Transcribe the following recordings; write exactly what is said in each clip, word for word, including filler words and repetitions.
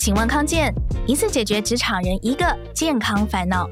请问康健，一次解决职场人一个健康烦恼。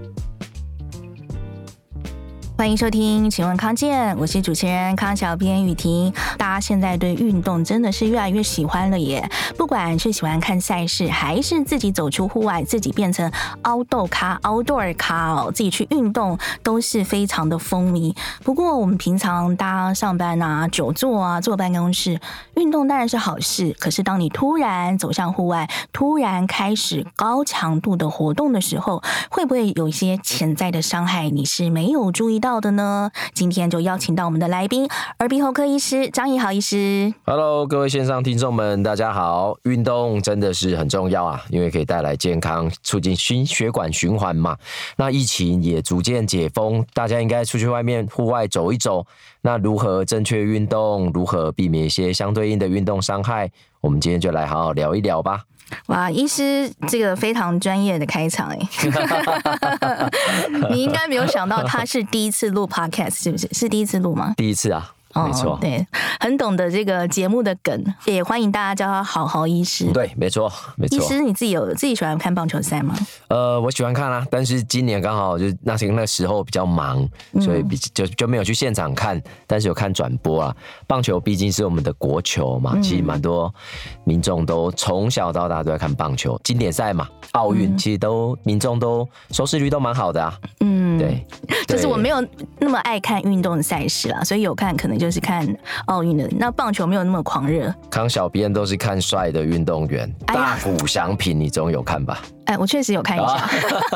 欢迎收听请问康健，我是主持人康小编雨婷。大家现在对运动真的是越来越喜欢了耶，不管是喜欢看赛事，还是自己走出户外，自己变成 outdoor 咖 outdoor 咖哦，自己去运动都是非常的风靡。不过我们平常大家上班啊，久坐啊，坐办公室，运动当然是好事，可是当你突然走向户外，突然开始高强度的活动的时候，会不会有一些潜在的伤害你是没有注意到到的呢？今天就邀请到我们的来宾，耳鼻喉科医师张义豪医师。 Hello， 各位线上听众们，大家好。运动真的是很重要啊，因为可以带来健康，促进心血管循环嘛。那疫情也逐渐解封，大家应该出去外面户外走一走。那如何正确运动，如何避免一些相对应的运动伤害，我们今天就来好好聊一聊吧。 哇，医师这个非常专业的开场哎，你应该没有想到他是第一次录 podcast 是不是？是第一次录吗？ 第一次啊。没错、哦， 对，很懂得这个节目的梗，也欢迎大家叫他好好医师。 对，没错，没错。 医师，你自己有自己喜欢看棒球赛吗？ 呃，我喜欢看啊，但是今年刚好就那那时候比较忙，所以比就就没有去现场看，但是有看转播啊。棒球毕竟是我们的国球嘛，嗯、其实蛮多民众都从小到大都在看棒球，经典赛嘛，奥运、嗯、其实都民众都收视率都蛮好的啊。嗯，对， 就是我没有那么爱看运动的赛事啦，所以有看可能就。就是看奥运的，那棒球没有那么狂热。 康小编都是看帅的运动员，哎、大谷翔平你总有看吧？ 哎，我确实有看一下。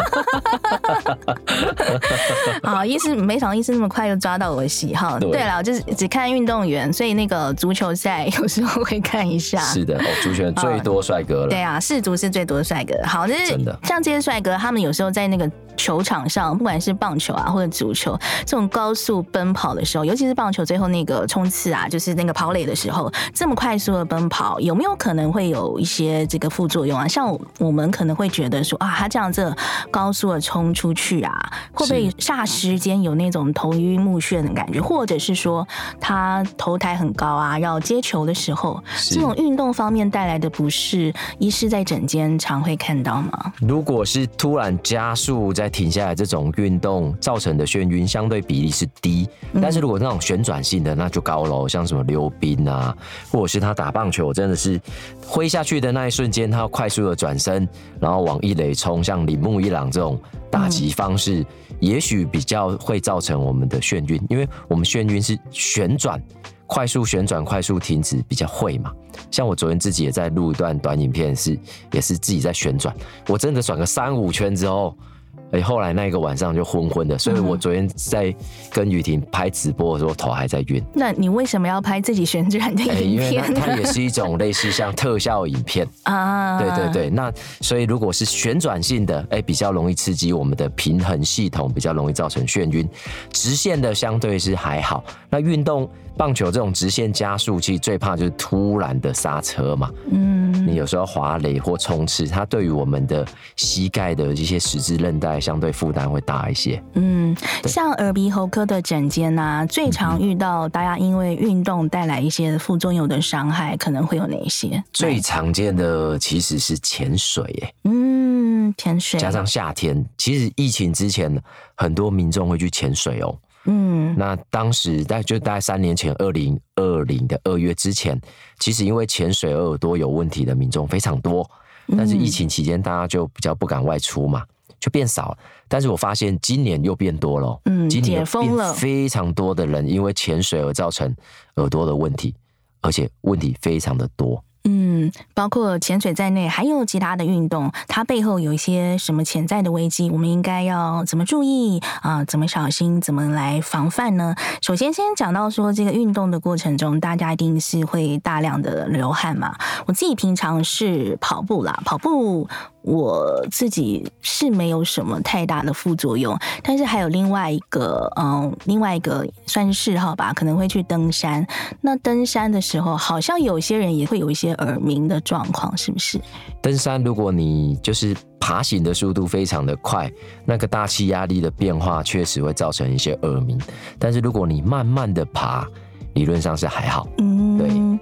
好，医师没想到医师那么快就抓到我的喜好。对了，就是只看运动员，所以那个足球赛有时候会看一下。 是的，哦，足球最多帅哥了。 对啊，世足是最多的帅哥。好，就是像这些帅哥，他们有时候在那个球场上，不管是棒球啊或者足球，这种高速奔跑的时候，尤其是棒球最后那个冲刺啊，就是那个跑垒的时候，这么快速的奔跑，有没有可能会有一些这个副作用啊？像我们可能会觉得说啊，他这样子高速的冲出去啊，会不会霎时间有那种头晕目眩的感觉？或者是说他头抬很高啊，要接球的时候，这种运动方面带来的不适，医师在诊间常会看到吗？ 如果是突然加速再停下来这种运动造成的眩晕，相对比例是低，但是如果那种旋转性的那就高了，像什么溜冰啊，或者是他打棒球，真的是挥下去的那一瞬间，他要快速的转身，然后往一垒冲，像铃木一朗这种打击方式，嗯、也许比较会造成我们的眩晕，因为我们眩晕是旋转。快速旋转、快速停止比较会嘛？像我昨天自己也在录一段短影片是，是也是自己在旋转，我真的转个三五圈之后。欸、后来那个晚上就昏昏的，所以我昨天在跟雨婷拍直播的时候头还在晕。 那你为什么要拍自己旋转的影片？欸、 因为它也是一种类似像特效影片啊。对对对，那所以如果是旋转性的，哎、欸，比较容易刺激我们的平衡系统，比较容易造成眩晕。直线的相对是还好。那运动棒球这种直线加速器最怕就是突然的刹车嘛。嗯，你有时候滑垒或冲刺，它对于我们的膝盖的一些十字韧带相对负担会大一些。嗯， 像耳鼻喉科的诊间啊，最常遇到大家因为运动带来一些副作用的伤害，可能会有哪些？ 最常见的其实是潜水耶。 嗯，潜水加上夏天，其实疫情之前很多民众会去潜水哦。嗯，那当时大概就大概三年前，二零二零的二月之前，其实因为潜水耳朵有问题的民众非常多，但是疫情期间大家就比较不敢外出嘛，就变少了。但是我发现今年又变多了，嗯，今年变非常多的人因为潜水而造成耳朵的问题，而且问题非常的多。 嗯，包括潜水在内，还有其他的运动，它背后有一些什么潜在的危机，我们应该要怎么注意啊、呃？怎么小心？怎么来防范呢？首先，先讲到说，这个运动的过程中，大家一定是会大量的流汗嘛。我自己平常是跑步啦，跑步我自己是没有什么太大的副作用，但是还有另外一个，嗯，另外一个算是嗜好吧，可能会去登山。那登山的时候，好像有些人也会有一些耳鸣的状况，是不是？ 登山如果你就是爬行的速度非常的快，那个大气压力的变化确实会造成一些耳鸣。但是如果你慢慢的爬，理论上是还好。嗯，对，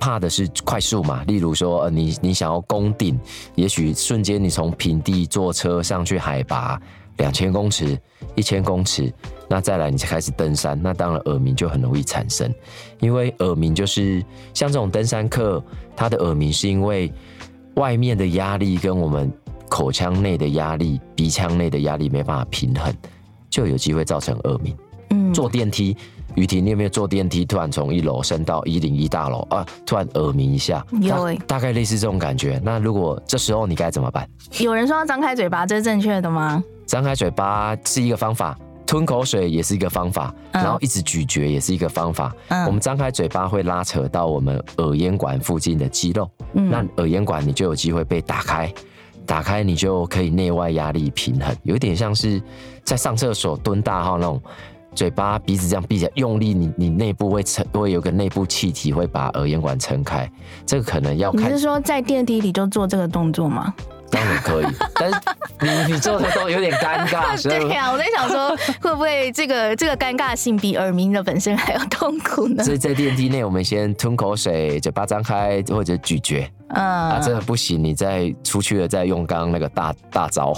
怕的是快速嘛，例如说，呃、你你想要攻顶，也许瞬间你从平地坐车上去海拔两千公尺、一千公尺，那再来你才开始登山，那当然耳鸣就很容易产生，因为耳鸣就是像这种登山客，他的耳鸣是因为外面的压力跟我们口腔内的压力、鼻腔内的压力没办法平衡，就有机会造成耳鸣。嗯，坐电梯。雨婷，你有没有坐电梯突然从一楼升到一零一大楼啊？突然耳鸣一下， 有欸， 大概类似这种感觉。那如果这时候你该怎么办？ 有人说要张开嘴巴，这是正确的吗？ 张开嘴巴是一个方法，吞口水也是一个方法，嗯、然后一直咀嚼也是一个方法。嗯、我们张开嘴巴会拉扯到我们耳咽管附近的肌肉，嗯、那耳咽管你就有机会被打开。打开你就可以内外压力平衡，有一点像是在上厕所蹲大号那种。嘴巴、鼻子这样闭起来，用力，你你内部会撑，会有个内部气体会把耳咽管撑开。这个可能要看。 你是说在电梯里就做这个动作吗？ 当然可以，但是你你做的都有点尴尬。 对啊，我在想说，会不会这个这个尴尬性比耳鸣的本身还要痛苦呢？ 所以在电梯内，我们先吞口水，嘴巴张开或者咀嚼。嗯啊，真的不行，你再出去了再用刚刚那个大大招。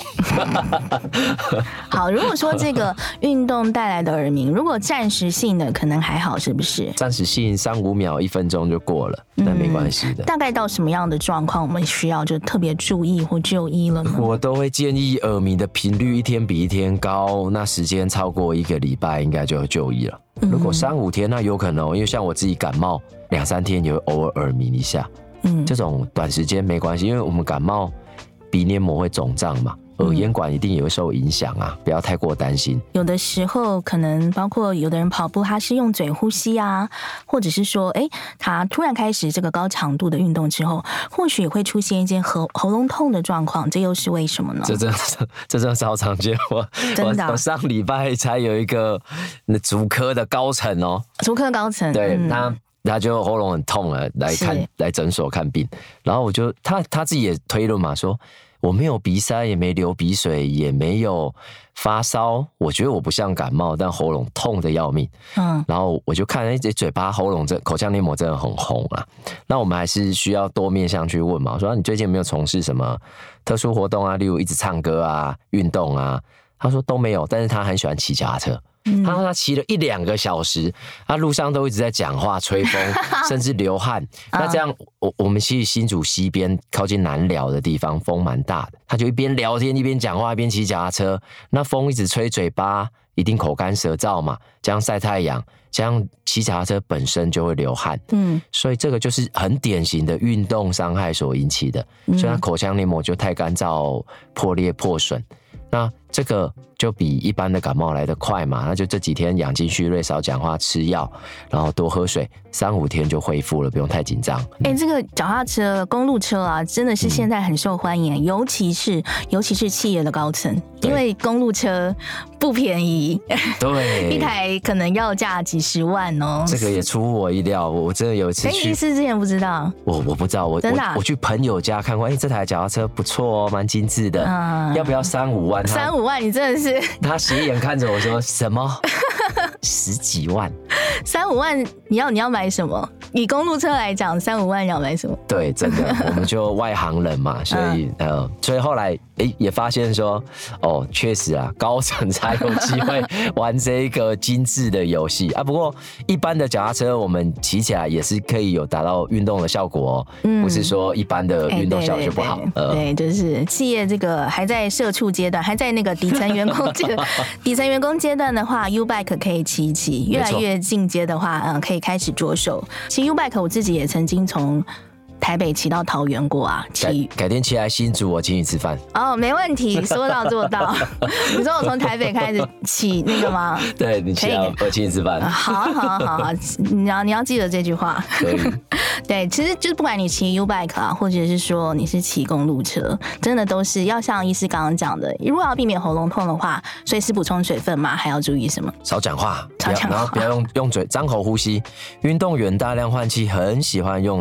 好，如果说这个运动带来的耳鸣，如果暂时性的可能还好，是不是？ 暂时性三五秒、一分钟就过了，那没关系的、嗯。 大概到什么样的状况，我们需要就特别注意或就医了呢？ 我都会建议耳鸣的频率一天比一天高，那时间超过一个礼拜，应该就就医了。如果三五天，那有可能、哦，因为像我自己感冒两三天也会偶尔耳鸣一下。嗯，这种短时间没关系，因为我们感冒鼻黏膜会肿胀嘛，耳咽管一定也会受影响啊，不要太过担心。 有的时候可能包括有的人跑步，他是用嘴呼吸啊，或者是说，哎，他突然开始这个高强度的运动之后，或许会出现一些喉喉咙痛的状况，这又是为什么呢？ 这真的这真的超常见，我真的、啊我，我上礼拜才有一个足科的高层哦， 足科高层， 对，嗯、他。他就喉咙很痛了，来看来诊所看病，然后我就他他自己也推论嘛，说我没有鼻塞，也没流鼻水，也没有发烧，我觉得我不像感冒，但喉咙痛得要命。嗯，然后我就看，哎，这嘴巴、喉咙这口腔黏膜真的很红啊。那我们还是需要多面向去问嘛，我说你最近有没有从事什么特殊活动啊？例如一直唱歌啊、运动啊？他说都没有，但是他很喜欢骑脚踏车。嗯、他说他骑了一两个小时，他路上都一直在讲话、吹风，甚至流汗。那这样，我我们其实新竹西边靠近南寮的地方，风蛮大的，他就一边聊天一边讲话，一边骑脚踏车。那风一直吹嘴巴，一定口干舌燥嘛。这样晒太阳，这样骑脚踏车本身就会流汗。嗯，所以这个就是很典型的运动伤害所引起的，所以他口腔黏膜就太干燥、破裂、破损。那这个就比一般的感冒来得快嘛，那就这几天养精蓄锐，少讲话，吃药，然后多喝水，三五天就恢复了，不用太紧张。 哎、欸，这个脚踏车、公路车啊，真的是现在很受欢迎，嗯、尤其是尤其是企业的高层，因为公路车不便宜， 对， 一台可能要价几十万哦。 这个也出乎我意料，我真的有一次去， 哎，是之前不知道， 我我不知道，我真的、啊、 我, 我去朋友家看过，哎、欸，这台脚踏车不错哦，蛮精致的，嗯、要不要三五万？ 三五万，你真的是， 他斜眼看着我说什么？十几万， 三五万，你要你要买什么？以公路车来讲，三五万你要买什么？ 对，真的，我们就外行人嘛，所以、嗯、呃，所以后来哎也发现说，哦，确实啊，高层才有机会玩这个精致的游戏啊。不过一般的脚踏车，我们骑起来也是可以有达到运动的效果哦，嗯、不是说一般的运动效果就不好。 欸、对, 对, 对, 对，就是企业这个还在社畜阶段，还在那个底层员工这个底层员工阶段的话 ，U-Bike 可以骑一骑，越来越进阶的话，嗯，可以开始着手。其实 U-Bike 我自己也曾经从台北骑到桃园过啊，骑改, 改天骑来新竹，我请你吃饭。 哦，没问题，说到做到。你说我从台北开始骑那个吗？ 对，你骑来我请你吃饭。 好好好好，你要你要记得这句话。 可以。 对，其实就是不管你骑 U-Bike 啊，或者是说你是骑公路车，真的都是要像医师刚刚讲的，如果要避免喉咙痛的话，随时补充水分嘛，还要注意什么？ 少讲话， 少讲话， 然后不要用用嘴张口呼吸。运动员大量换气，很喜欢用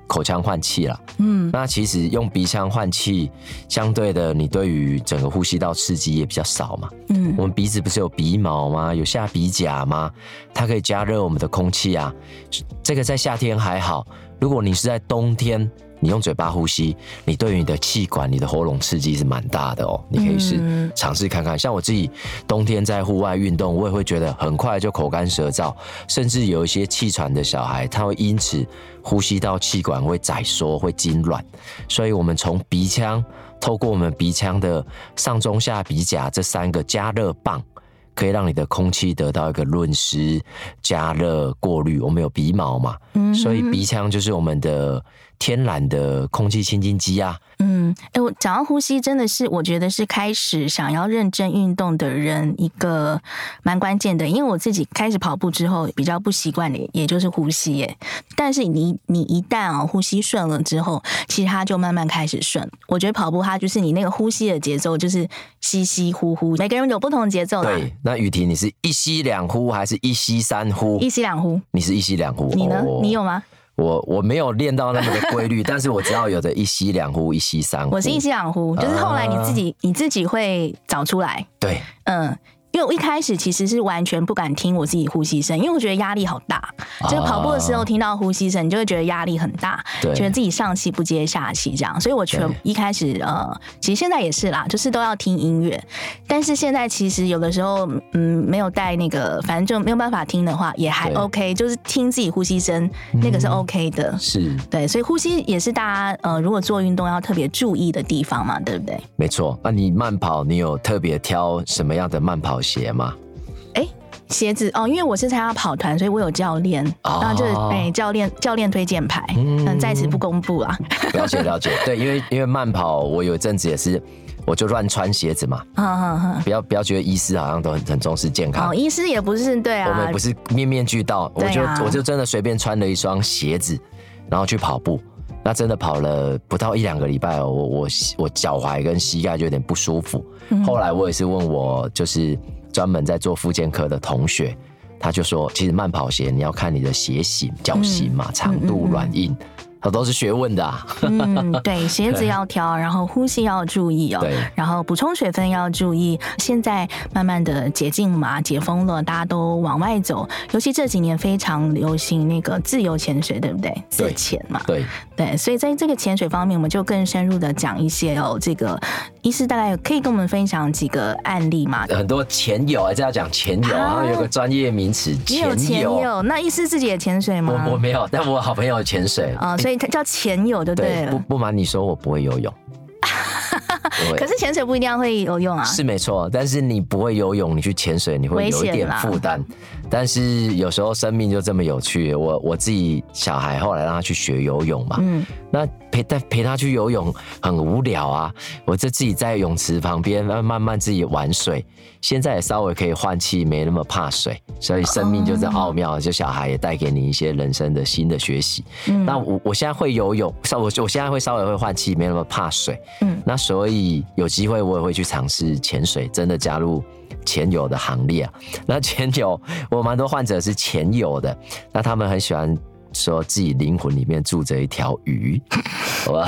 口腔换气啦。嗯，那其实用鼻腔换气，相对的，你对于整个呼吸道刺激也比较少嘛。嗯，我们鼻子不是有鼻毛吗？有下鼻甲吗？它可以加热我们的空气啊。这个在夏天还好，如果你是在冬天，你用嘴巴呼吸，你对于你的气管、你的喉咙刺激是蛮大的哦。你可以试尝试看看。像我自己冬天在户外运动，我也会觉得很快就口干舌燥，甚至有一些气喘的小孩，他会因此呼吸道气管会窄缩、会痉挛。所以我们从鼻腔，透过我们鼻腔的上中下鼻甲这三个加热棒，可以让你的空气得到一个润湿、加热、过滤。我们有鼻毛嘛，嗯、所以鼻腔就是我们的天然的空气清净机啊。 嗯，哎，我讲到呼吸，真的是我觉得是开始想要认真运动的人一个蛮关键的，因为我自己开始跑步之后比较不习惯的，也就是呼吸耶。但是你你一旦哦呼吸顺了之后，其实它就慢慢开始顺。我觉得跑步它就是你那个呼吸的节奏，就是吸吸呼呼，每个人有不同的节奏啦。 对，那雨婷，你是一吸两呼还是一吸三呼？ 一吸两呼。 你是一吸两呼， 你呢？ 哦、 你有吗？ 我我没有练到那么的规律，但是我知道有的一吸两呼，一吸三呼。 我是一吸两呼，就是后来你自己、啊、你自己会找出来。 对， 嗯。因为我一开始其实是完全不敢听我自己呼吸声，因为我觉得压力好大。就是跑步的时候听到呼吸声，你就会觉得压力很大，觉得自己上气不接下气这样。所以我全一开始呃，其实现在也是啦，就是都要听音乐。但是现在其实有的时候嗯没有带那个，反正就没有办法听的话也还 OK， 就是听自己呼吸声那个是 OK 的。嗯、 是， 对，所以呼吸也是大家呃如果做运动要特别注意的地方嘛，对不对？ 没错。那你慢跑，你有特别挑什么样的慢跑鞋吗？ 哎，鞋子哦，因为我是参加跑团，所以我有教练，哦、然后就是哎教练教练推荐牌，嗯，在此不公布啊。 了解了解，对，因为因为慢跑，我有一阵子也是，我就乱穿鞋子嘛，嗯嗯嗯，不要不要觉得医师好像都很很重视健康， 哦，医师也不是对啊， 我们不是面面俱到，我就、 啊、 我就真的随便穿了一双鞋子，然后去跑步。那真的跑了不到一两个礼拜哦，我我我脚踝跟膝盖就有点不舒服。嗯、后来我也是问我就是专门在做复健科的同学，他就说，其实慢跑鞋你要看你的鞋型、脚型嘛，嗯、长度、软、嗯、硬。它都是学问的啊。 嗯，对，鞋子要挑，然后呼吸要注意哦，对，然后补充水分要注意。现在慢慢的解禁嘛，解封了，大家都往外走，尤其这几年非常流行那个自由潜水，对不对？自潜嘛， 对对，所以在这个潜水方面，我们就更深入的讲一些哦。这个医师大概可以跟我们分享几个案例嘛？ 很多潜友，这要讲潜友，然后有个专业名词， 潜友。潜友，那医师自己也潜水吗？ 我我没有，但我好朋友潜水啊，所以他叫潜友就对了。 对，不不瞒你说，我不会游泳。 可是潜水不一定会游泳啊。 是没错，但是你不会游泳，你去潜水你会有一点负担。但是有时候生命就这么有趣，我我自己小孩后来让他去学游泳嘛，嗯，那陪带陪他去游泳很无聊啊，我就自己在泳池旁边慢慢自己玩水，现在也稍微可以换气，没那么怕水，所以生命就是奥妙，就小孩也带给你一些人生的新的学习。嗯，那我我现在会游泳，我我现在会稍微会换气，没那么怕水。嗯，那所以有机会我也会去尝试潜水，真的加入潜友的行列啊。那潜友，我蛮多患者是潜友的，那他们很喜欢说自己灵魂里面住着一条鱼，好吧？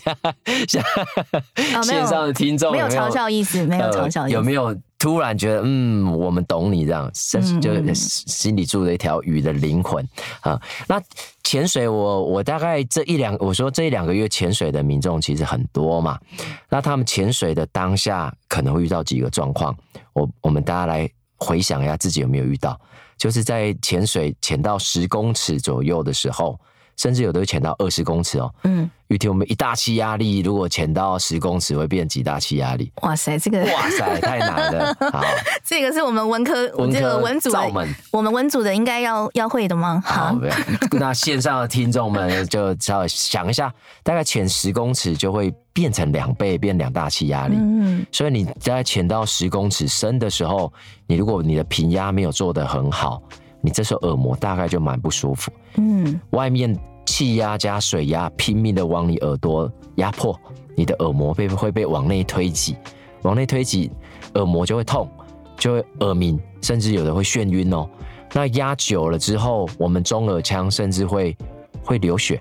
线上的听众没有嘲笑意思，没有嘲笑意思， 有没有突然觉得嗯，我们懂你这样，就心里住着一条鱼的灵魂啊？那潜水我，我我大概这一两，我说这一两个月潜水的民众其实很多嘛，那他们潜水的当下可能会遇到几个状况，我我们大家来回想一下自己有没有遇到。就是在潜水潜到十公尺左右的时候，甚至有的会潜到二十公尺哦。嗯，雨婷，我们一大气压力，如果潜到十公尺，会变几大气压力？ 哇塞，这个哇塞，太难了。好， 这个是我们文科这个文组的，我们文组的应该要要会的吗？ 好，那线上的听众们就稍微想一下，大概潜十公尺就会变成两倍，变两大气压力。嗯，所以你在潜到十公尺深的时候，你如果你的平压没有做得很好，你这时候耳膜大概就蛮不舒服。嗯，外面气压加水压拼命的往你耳朵压迫，你的耳膜被会被往内推挤，往内推挤，耳膜就会痛，就会耳鸣，甚至有的会眩晕哦。那压久了之后，我们中耳腔甚至会会流血。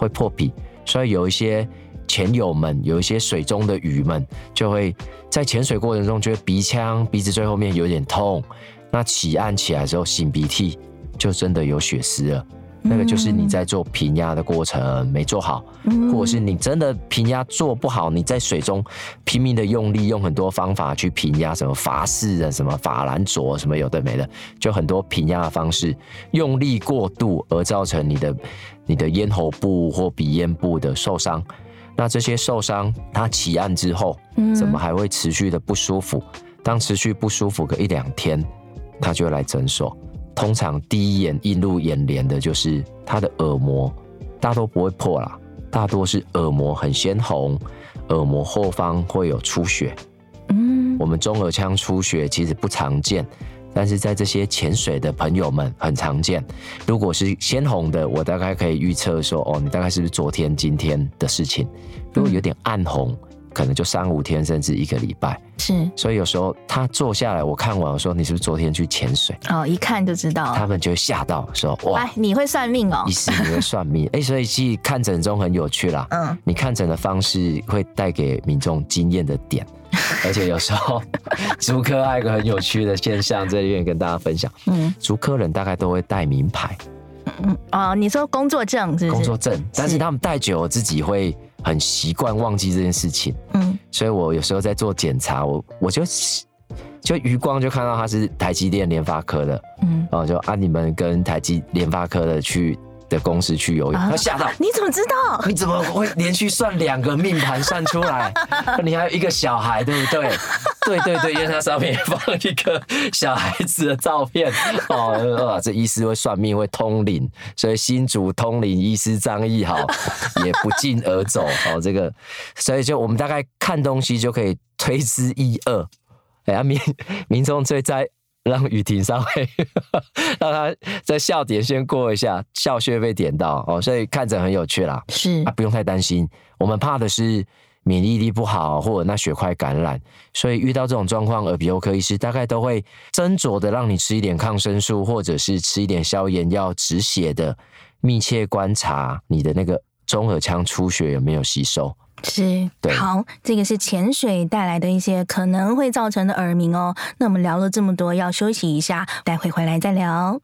会破皮，所以有一些潜友们，有一些水中的鱼们，就会在潜水过程中觉得鼻腔、鼻子最后面有点痛，那起岸起来之后擤鼻涕，就真的有血丝了。那个就是你在做平压的过程没做好，或者是你真的平压做不好，你在水中拼命的用力，用很多方法去平压，什么法式啊，什么法兰卓，什么有的没的，就很多平压的方式，用力过度而造成你的你的咽喉部或鼻咽部的受伤。那这些受伤，它起岸之后，怎么还会持续的不舒服？当持续不舒服个一两天，他就会来诊所。通常第一眼映入眼帘的就是他的耳膜，大多不会破啦，大多是耳膜很鲜红，耳膜后方会有出血。嗯，我们中耳腔出血其实不常见，但是在这些潜水的朋友们很常见。如果是鲜红的，我大概可以预测说，哦，你大概是不是昨天、今天的事情？如果有点暗红，可能就三五天甚至一个礼拜。 是， 所以有时候他坐下来，我看完我说你是不是昨天去潜水？ 哦，一看就知道。 他们就会吓到说哇， 哎，你会算命哦？ 医师你会算命？哎，所以其实看诊中很有趣啦。嗯，你看诊的方式会带给民众经验的点，而且有时候竹科还有一个很有趣的现象，在这边跟大家分享。嗯，竹科人大概都会带名牌。 嗯哦，你说工作证是不是？ 工作证，但是他们带久了自己会很习惯忘记这件事情。嗯，所以我有时候在做检查，我我就就余光就看到他是台积电联发科的，嗯，然后就啊你们跟台积联发科的去的公司去游泳，他吓到， 你怎么知道？ 你怎么会连续算两个命盘算出来？你还有一个小孩，对不对？对对对，因为它上面放一个小孩子的照片哦。这医师会算命，会通灵，所以新竹通灵医师张义豪也不胫而走哦。这个，所以就我们大概看东西就可以推知一二。哎呀，民民众最在。让雨婷稍微让他在笑点先过一下，笑穴被点到哦，所以看着很有趣啦。 是啊，不用太担心。我们怕的是免疫力不好或者那血块感染，所以遇到这种状况，耳鼻喉科医师大概都会斟酌的让你吃一点抗生素，或者是吃一点消炎药止血的，密切观察你的那个中耳腔出血有没有吸收。 是，好，这个是潜水带来的一些可能会造成的耳鸣哦。那我们聊了这么多，要休息一下，待会回来再聊。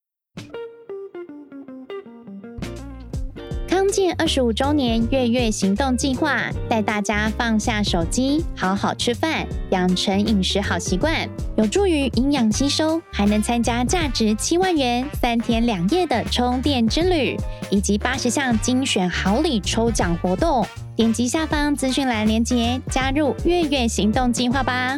康健二十五周年月月行动计划，带大家放下手机，好好吃饭，养成饮食好习惯，有助于营养吸收，还能参加价值七万元三天两夜的充电之旅，以及八十项精选好礼抽奖活动。点击下方资讯栏连结，加入月月行动计划吧。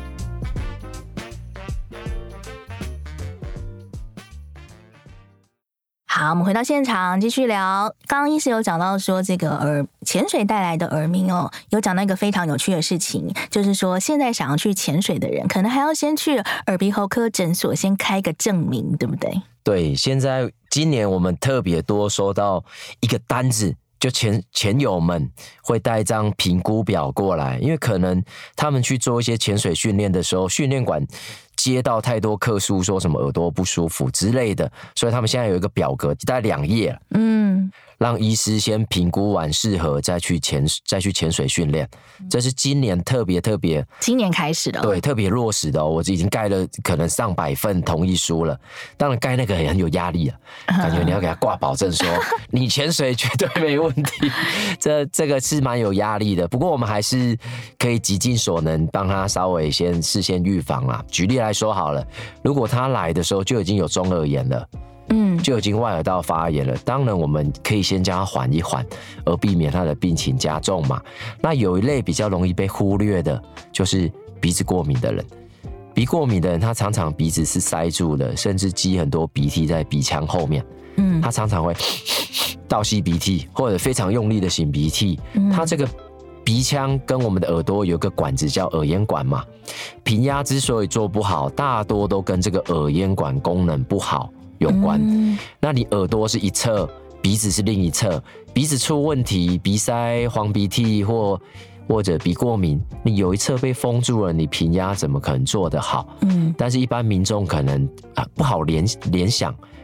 好，我们回到现场继续聊。刚刚医师有讲到说，这个耳潜水带来的耳鸣哦，有讲到一个非常有趣的事情，就是说现在想要去潜水的人，可能还要先去耳鼻喉科诊所先开个证明，对不对？ 对，现在今年我们特别多收到一个单子。就潜潜友们会带一张评估表过来，因为可能他们去做一些潜水训练的时候，训练馆接到太多客诉，说什么耳朵不舒服之类的，所以他们现在有一个表格，大概两页，嗯，让医师先评估完适合，再去潜再去潜水训练。这是今年特别特别， 今年开始的、哦， 对，特别落实的哦。我已经盖了可能上百份同意书了，当然盖那个也很有压力啊，感觉你要给他挂保证说你潜水绝对没问题，这这个是蛮有压力的。不过我们还是可以极尽所能帮他稍微先事先预防啦。举例来说好了，如果他来的时候就已经有中耳炎了。嗯，就已经外耳道发炎了。当然，我们可以先将它缓一缓，而避免它的病情加重嘛。那有一类比较容易被忽略的，就是鼻子过敏的人。鼻过敏的人，他常常鼻子是塞住的，甚至积很多鼻涕在鼻腔后面。嗯，他常常会倒吸鼻涕，或者非常用力的擤鼻涕。嗯，他这个鼻腔跟我们的耳朵有一个管子叫耳咽管嘛。平压之所以做不好，大多都跟这个耳咽管功能不好有关。嗯，那你耳朵是一侧，鼻子是另一侧，鼻子出问题，鼻塞、黄鼻涕或或者鼻过敏，你有一侧被封住了，你平压怎么可能做得好？嗯，但是一般民众可能、啊、不好联联想，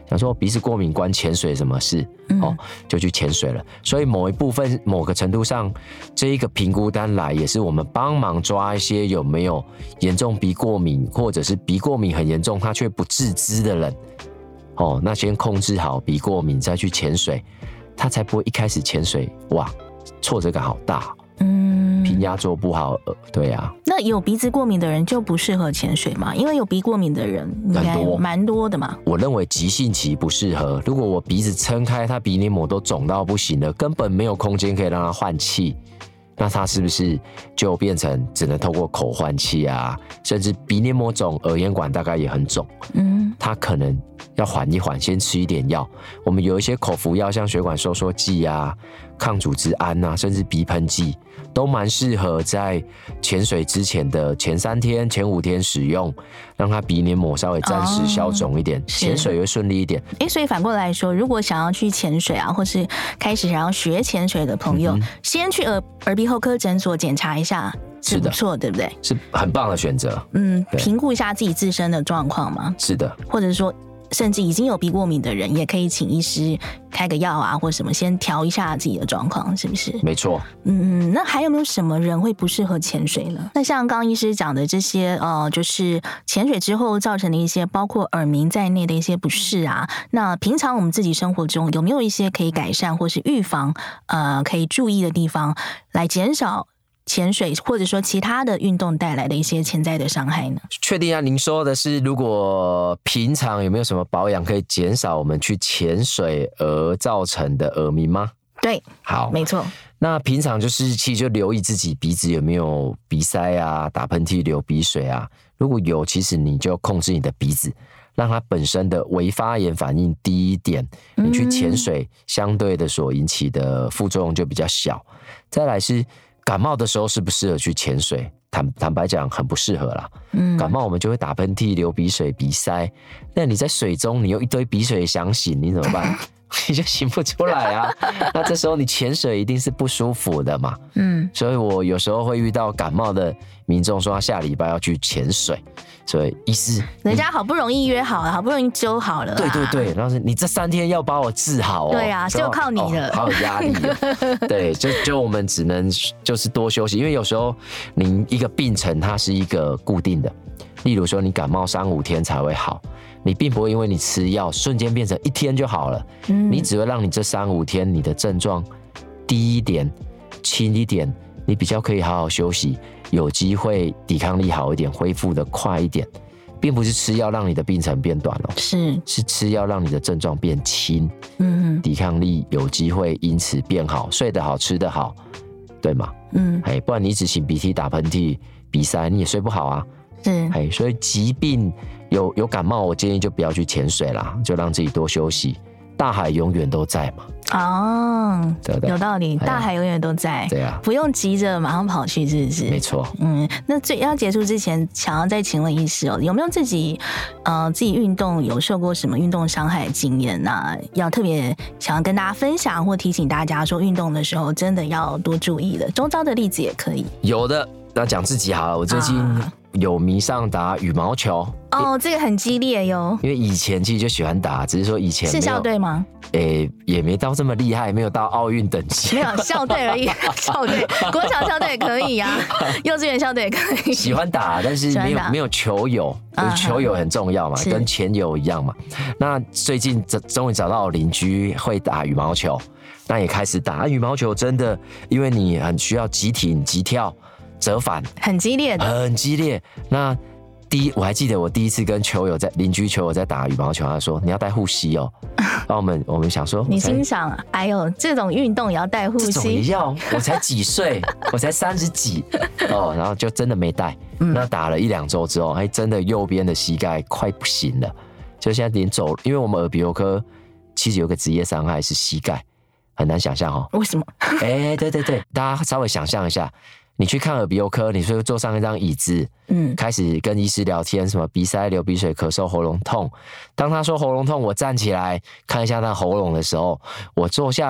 想说鼻子过敏关潜水什么事？哦，就去潜水了。所以某一部分、某个程度上，这一个评估单来也是我们帮忙抓一些有没有严重鼻过敏，或者是鼻过敏很严重他却不自知的人。哦，那先控制好鼻过敏，再去潜水，他才不会一开始潜水哇，挫折感好大。嗯，平压做不好，呃，对啊。 那有鼻子过敏的人就不适合潜水吗？因为有鼻过敏的人应该蛮多的嘛。 我认为急性期不适合。如果我鼻子撑开，他鼻黏膜都肿到不行了，根本没有空间可以让他换气，那他是不是就变成只能透过口换气啊？甚至鼻黏膜肿，耳咽管大概也很肿。嗯，他可能要缓一缓，先吃一点药。我们有一些口服药，像血管收缩剂啊、抗组织胺啊，甚至鼻喷剂，都蛮适合在潜水之前的前三天、前五天使用，让他鼻黏膜稍微暂时消肿一点，哦、潜水会顺利一点。 哎，所以反过来说，如果想要去潜水啊，或是开始想要学潜水的朋友，嗯、先去耳耳鼻喉科诊所检查一下。是不错，对不对？ 是很棒的选择。 嗯，评估一下自己自身的状况嘛。 是的， 或者说，甚至已经有鼻过敏的人，也可以请医师开个药啊，或什么，先调一下自己的状况，是不是？ 没错。 嗯，那还有没有什么人会不适合潜水呢？那像刚刚医师讲的这些，呃，就是潜水之后造成的一些，包括耳鸣在内的一些不适啊。那平常我们自己生活中有没有一些可以改善或是预防，呃，可以注意的地方，来减少潜水或者说其他的运动带来的一些潜在的伤害呢？ 确定啊，您说的是如果平常有没有什么保养可以减少我们去潜水而造成的耳鸣吗？ 对， 好， 没错。 那平常就是其实就留意自己鼻子有没有鼻塞啊、打喷嚏、流鼻水啊，如果有，其实你就控制你的鼻子，让它本身的微发炎反应低一点，你去潜水相对的所引起的副作用就比较小。再来是感冒的时候适不适合去潜水？坦坦白讲，很不适合啦。嗯，感冒我们就会打喷嚏、流鼻水、鼻塞。那你在水中，你有一堆鼻水想醒，你怎么办？你就醒不出来啊。那这时候你潜水一定是不舒服的嘛。嗯，所以我有时候会遇到感冒的民众说他下礼拜要去潜水，所以医师， 人家好不容易约好了，好不容易揪好了， 对对对，然后你这三天要把我治好哦， 对啊，就靠你了， 哦、好有压力了。对，就就我们只能就是多休息，因为有时候您一个病程它是一个固定的，例如说你感冒三五天才会好。你并不会因为你吃药瞬间变成一天就好了，嗯、你只会让你这三五天你的症状低一点、轻一点，你比较可以好好休息，有机会抵抗力好一点，恢复的快一点，并不是吃药让你的病程变短哦， 是是吃药让你的症状变轻，嗯，抵抗力有机会因此变好，睡得好，吃得好，对吗？嗯，哎，不然你只擤鼻涕、打喷嚏、鼻塞，你也睡不好啊。 是， 哎，所以疾病有有感冒，我建议就不要去潜水啦，就让自己多休息。大海永远都在嘛。 哦， 对对， 有道理，大海永远都在。 对啊， 不用急着马上跑去，是不是？ 没错。 嗯，那最要结束之前，想要再请问医师哦，有没有自己呃自己运动有受过什么运动伤害的经验啊？要特别想要跟大家分享或提醒大家说，运动的时候真的要多注意的。周遭的例子也可以。 有的，那讲自己好了，我最近、啊。有迷上打羽毛球哦，这个很激烈哟。 因为以前其实就喜欢打，只是说以前是校队吗？ 诶，也没到这么厉害，没有到奥运等级。 没有校队而已，校队，国小校队也可以啊，幼稚园校队也可以。 喜欢打，但是没有没有球友，就是球友很重要嘛，跟钱友一样嘛。那最近终于找到邻居会打羽毛球，那也开始打羽毛球。真的，因为你很需要急停、急跳。折返很激烈的， 很激烈。那第一，我还记得我第一次跟球友在邻居球友在打羽毛球，他说你要带护膝哦。然后我们我们想说， 你心想，哎呦，这种运动也要带护膝？ 这种也要？我才几岁，我才三十几哦，然后就真的没带。嗯、那打了一两周之后，哎，真的右边的膝盖快不行了，就现在连走，因为我们耳鼻喉科其实有个职业伤害是膝盖，很难想象哦。 为什么？ 哎，对对对，大家稍微想象一下。你去看耳鼻喉科，你是坐上一张椅子，嗯，开始跟医师聊天，什么鼻塞、流鼻水、咳嗽、喉咙痛。当他说喉咙痛，我站起来看一下他喉咙的时候，我坐下来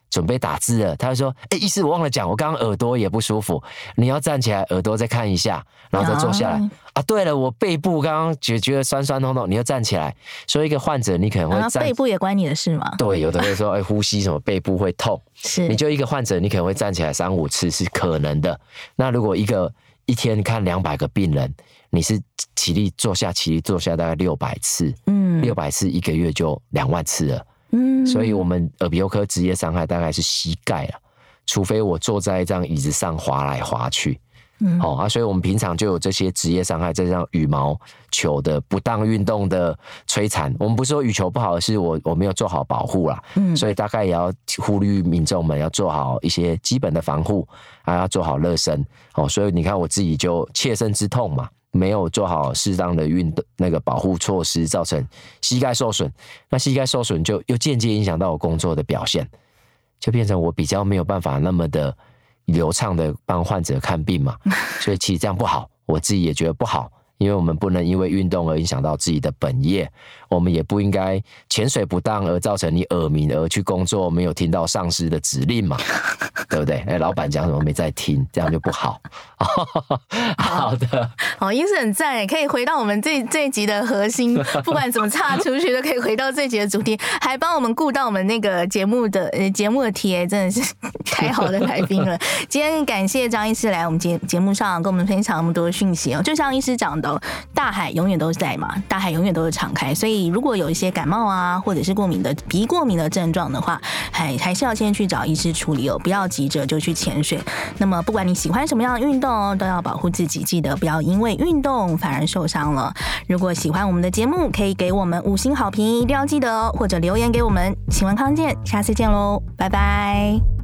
准备打字了，他就说：“哎、欸，医师，我忘了讲，我刚刚耳朵也不舒服，你要站起来，耳朵再看一下，然后再坐下来。啊, 啊，对了，我背部刚刚觉觉得酸酸痛痛，你要站起来。所以一个患者，你可能会站、啊、 背部也关你的事吗？ 对，有的会说，哎、欸，呼吸什么背部会痛， 是， 你就一个患者，你可能会站起来三五次是可能的。那如果一个一天看两百个病人，你是起立坐下，起立坐下大概六百次，嗯，六百次一个月就两万次了。”嗯，所以我们耳鼻喉科职业伤害大概是膝盖了，除非我坐在一张椅子上滑来滑去，嗯，好、哦、啊，所以我们平常就有这些职业伤害，这像羽毛球的不当运动的摧残。我们不是说羽球不好，是我我没有做好保护啦，嗯，所以大概也要呼吁民众们要做好一些基本的防护，还要做好热身，哦，所以你看我自己就切身之痛嘛。没有做好适当的运动那个保护措施，造成膝盖受损。那膝盖受损就又间接影响到我工作的表现，就变成我比较没有办法那么的流畅的帮患者看病嘛。所以其实这样不好，我自己也觉得不好，因为我们不能因为运动而影响到自己的本业，我们也不应该潜水不当而造成你耳鸣而去工作没有听到上司的指令嘛。对不对？哎，老板讲什么没在听，这样就不好。好的， 好，医师很赞，可以回到我们这这一集的核心，不管怎么岔出去，都可以回到这一集的主题，还帮我们顾到我们那个节目的呃节目的题，真的是太好的来宾了。今天感谢张医师来我们节节目上跟我们分享那么多讯息哦。就像医师讲的，大海永远都在嘛，大海永远都是敞开，所以如果有一些感冒啊，或者是过敏的鼻过敏的症状的话，还还是要先去找医师处理哦，不要急着就去潜水。那么不管你喜欢什么样的运动哦，都要保护自己，记得不要因为运动反而受伤了。如果喜欢我们的节目，可以给我们五星好评，一定要记得哦，或者留言给我们。请问康健，下次见喽，拜拜。